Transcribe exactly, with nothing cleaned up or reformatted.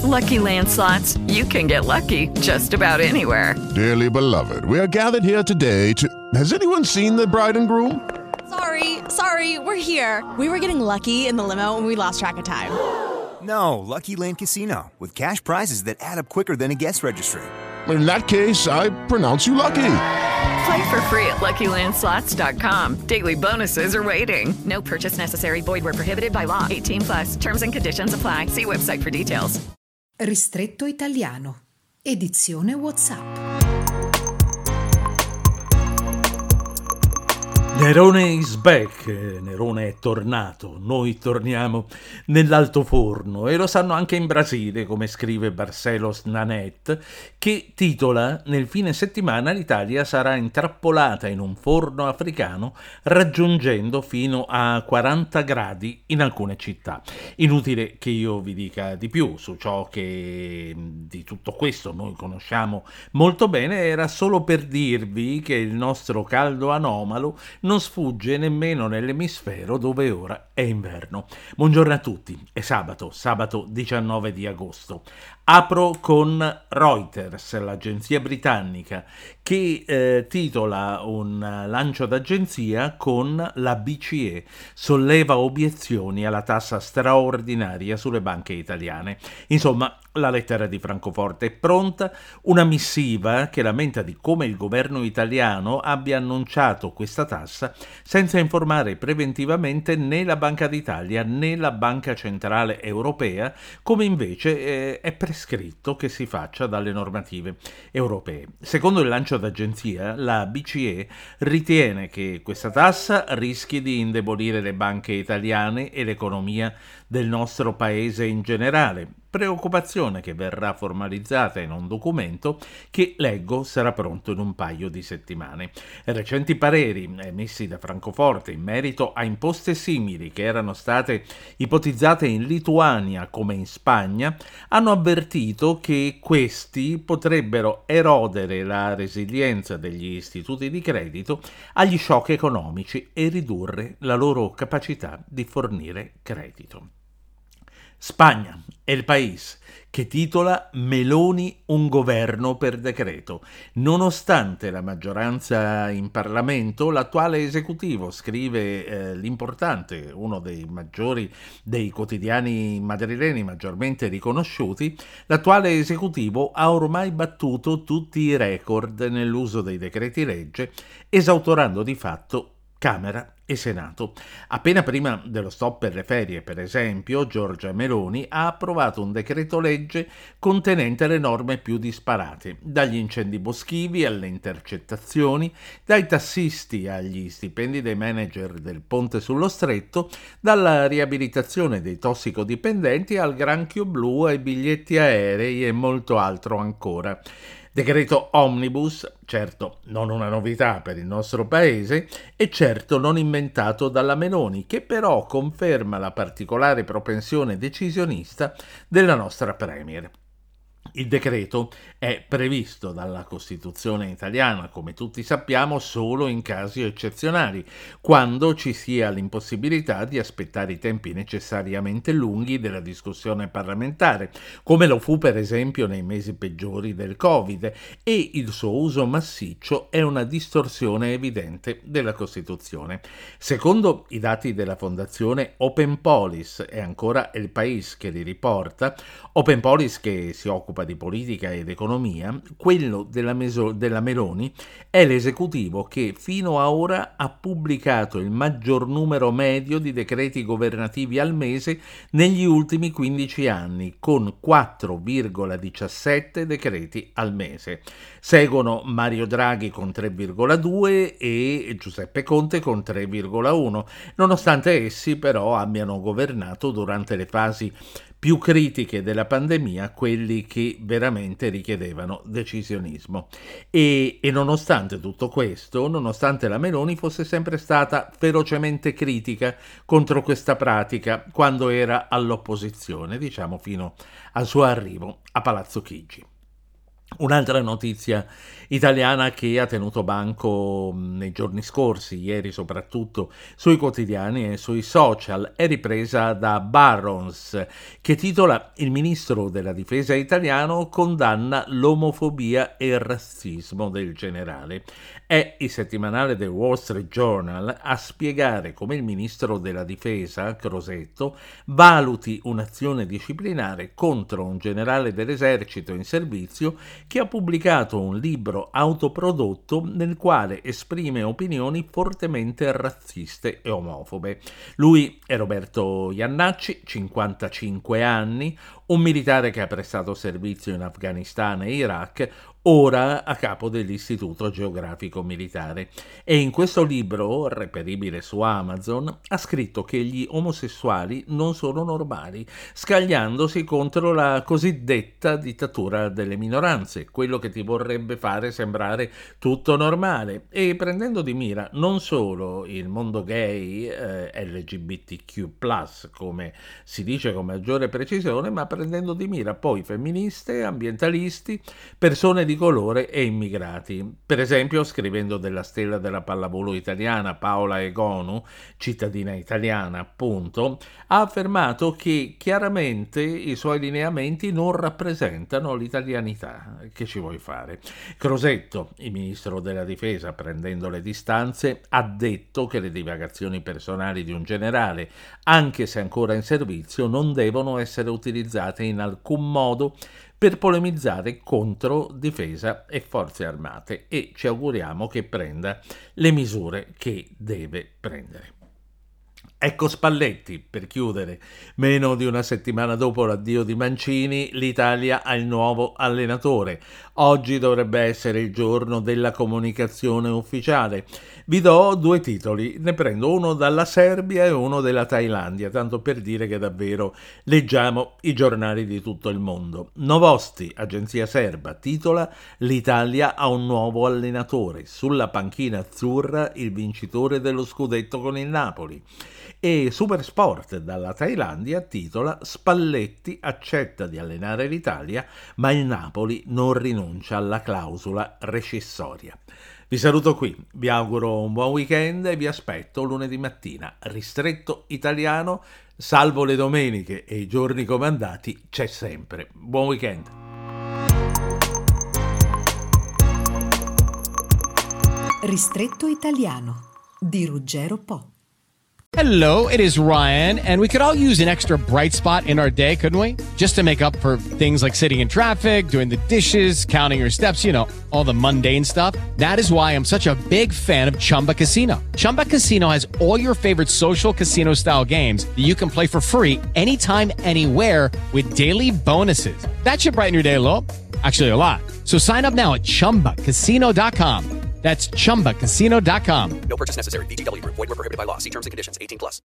Lucky Land Slots, you can get lucky just about anywhere. Dearly beloved, we are gathered here today to... Has anyone seen the bride and groom? Sorry, sorry, we're here. We were getting lucky in the limo and we lost track of time. No, Lucky Land Casino, with cash prizes that add up quicker than a guest registry. In that case, I pronounce you lucky. Play for free at Lucky Land Slots dot com. Daily bonuses are waiting. No purchase necessary. Void where prohibited by law. eighteen plus. Terms and conditions apply. See website for details. Ristretto Italiano. Edizione WhatsApp. Nerone is back, Nerone è tornato, noi torniamo nell'altoforno e lo sanno anche in Brasile, come scrive Barcelos Nanette, che titola: nel fine settimana l'Italia sarà intrappolata in un forno africano raggiungendo fino a quaranta gradi in alcune città. Inutile che io vi dica di più su ciò che di tutto questo noi conosciamo molto bene, era solo per dirvi che il nostro caldo anomalo non sfugge nemmeno nell'emisfero dove ora è inverno. Buongiorno a tutti, è sabato, sabato diciannove di agosto. Apro con Reuters, l'agenzia britannica, che eh, titola un lancio d'agenzia con la B C E, solleva obiezioni alla tassa straordinaria sulle banche italiane. Insomma, la lettera di Francoforte è pronta, una missiva che lamenta di come il governo italiano abbia annunciato questa tassa senza informare preventivamente né la Banca d'Italia né la Banca Centrale Europea, come invece eh, è prescritto che si faccia dalle normative europee. Secondo il lancio d'agenzia, la B C E ritiene che questa tassa rischi di indebolire le banche italiane e l'economia del nostro paese in generale, preoccupazione che verrà formalizzata in un documento che, leggo, sarà pronto in un paio di settimane. Recenti pareri emessi da Francoforte in merito a imposte simili che erano state ipotizzate in Lituania come in Spagna hanno avvertito che questi potrebbero erodere la resilienza degli istituti di credito agli shock economici e ridurre la loro capacità di fornire credito. Spagna è il paese che titola Meloni un governo per decreto. Nonostante la maggioranza in Parlamento, l'attuale esecutivo, scrive eh, l'importante, uno dei maggiori dei quotidiani madrileni maggiormente riconosciuti, l'attuale esecutivo ha ormai battuto tutti i record nell'uso dei decreti legge, esautorando di fatto Camera e Senato. Appena prima dello stop per le ferie, per esempio, Giorgia Meloni ha approvato un decreto legge contenente le norme più disparate, dagli incendi boschivi alle intercettazioni, dai tassisti agli stipendi dei manager del ponte sullo stretto, dalla riabilitazione dei tossicodipendenti al granchio blu ai biglietti aerei e molto altro ancora. Decreto omnibus, certo non una novità per il nostro paese e certo non inventato dalla Meloni, che però conferma la particolare propensione decisionista della nostra premier. Il decreto è previsto dalla Costituzione italiana, come tutti sappiamo, solo in casi eccezionali, quando ci sia l'impossibilità di aspettare i tempi necessariamente lunghi della discussione parlamentare, come lo fu per esempio nei mesi peggiori del Covid, e il suo uso massiccio è una distorsione evidente della Costituzione. Secondo i dati della fondazione Open Polis, è ancora Il País che li riporta, Open Polis che si occupa di politica ed economia, quello della, Meso- della Meloni è l'esecutivo che fino a ora ha pubblicato il maggior numero medio di decreti governativi al mese negli ultimi quindici anni, con quattro virgola diciassette decreti al mese. Seguono Mario Draghi con tre virgola due e Giuseppe Conte con tre virgola uno, nonostante essi però abbiano governato durante le fasi più critiche della pandemia, quelli che veramente richiedevano decisionismo. E, e nonostante tutto questo, nonostante la Meloni fosse sempre stata ferocemente critica contro questa pratica quando era all'opposizione, diciamo fino al suo arrivo a Palazzo Chigi. Un'altra notizia italiana che ha tenuto banco nei giorni scorsi, ieri soprattutto, sui quotidiani e sui social, è ripresa da Barrons, che titola «Il ministro della difesa italiano condanna l'omofobia e il razzismo del generale». È il settimanale del Wall Street Journal a spiegare come il ministro della difesa, Crosetto, valuti un'azione disciplinare contro un generale dell'esercito in servizio che ha pubblicato un libro autoprodotto nel quale esprime opinioni fortemente razziste e omofobe. Lui è Roberto Iannacci, cinquantacinque anni, un militare che ha prestato servizio in Afghanistan e Iraq, ora a capo dell'Istituto Geografico Militare, e in questo libro, reperibile su Amazon, ha scritto che gli omosessuali non sono normali, scagliandosi contro la cosiddetta dittatura delle minoranze, quello che ti vorrebbe fare sembrare tutto normale, e prendendo di mira non solo il mondo gay, eh, L G B T Q plus, come si dice con maggiore precisione, ma prendendo di mira poi femministe, ambientalisti, persone di colore e immigrati. Per esempio, scrivendo della stella della pallavolo italiana Paola Egonu, cittadina italiana appunto, ha affermato che chiaramente i suoi lineamenti non rappresentano l'italianità. Che ci vuoi fare? Crosetto, il ministro della difesa, prendendo le distanze, ha detto che le divagazioni personali di un generale, anche se ancora in servizio, non devono essere utilizzate in alcun modo per polemizzare contro difesa e forze armate, e ci auguriamo che prenda le misure che deve prendere. Ecco Spalletti, per chiudere. Meno di una settimana dopo l'addio di Mancini, l'Italia ha il nuovo allenatore. Oggi dovrebbe essere il giorno della comunicazione ufficiale. Vi do due titoli, ne prendo uno dalla Serbia e uno della Thailandia, tanto per dire che davvero leggiamo i giornali di tutto il mondo. Novosti, agenzia serba, titola «L'Italia ha un nuovo allenatore, sulla panchina azzurra il vincitore dello scudetto con il Napoli». E Supersport dalla Thailandia titola «Spalletti accetta di allenare l'Italia, ma il Napoli non rinuncia alla clausola rescissoria». Vi saluto qui, vi auguro un buon weekend e vi aspetto lunedì mattina. Ristretto italiano, salvo le domeniche e i giorni comandati, c'è sempre. Buon weekend. Ristretto italiano di Ruggero Po. Hello, it is Ryan, and we could all use an extra bright spot in our day, couldn't we? Just to make up for things like sitting in traffic, doing the dishes, counting your steps, you know, all the mundane stuff. That is why I'm such a big fan of Chumba Casino. Chumba Casino has all your favorite social casino-style games that you can play for free anytime, anywhere with daily bonuses. That should brighten your day a little. Actually, a lot. So sign up now at chumba casino dot com. That's chumba casino dot com. No purchase necessary. V G W Group. Void where prohibited by law. See terms and conditions. eighteen plus.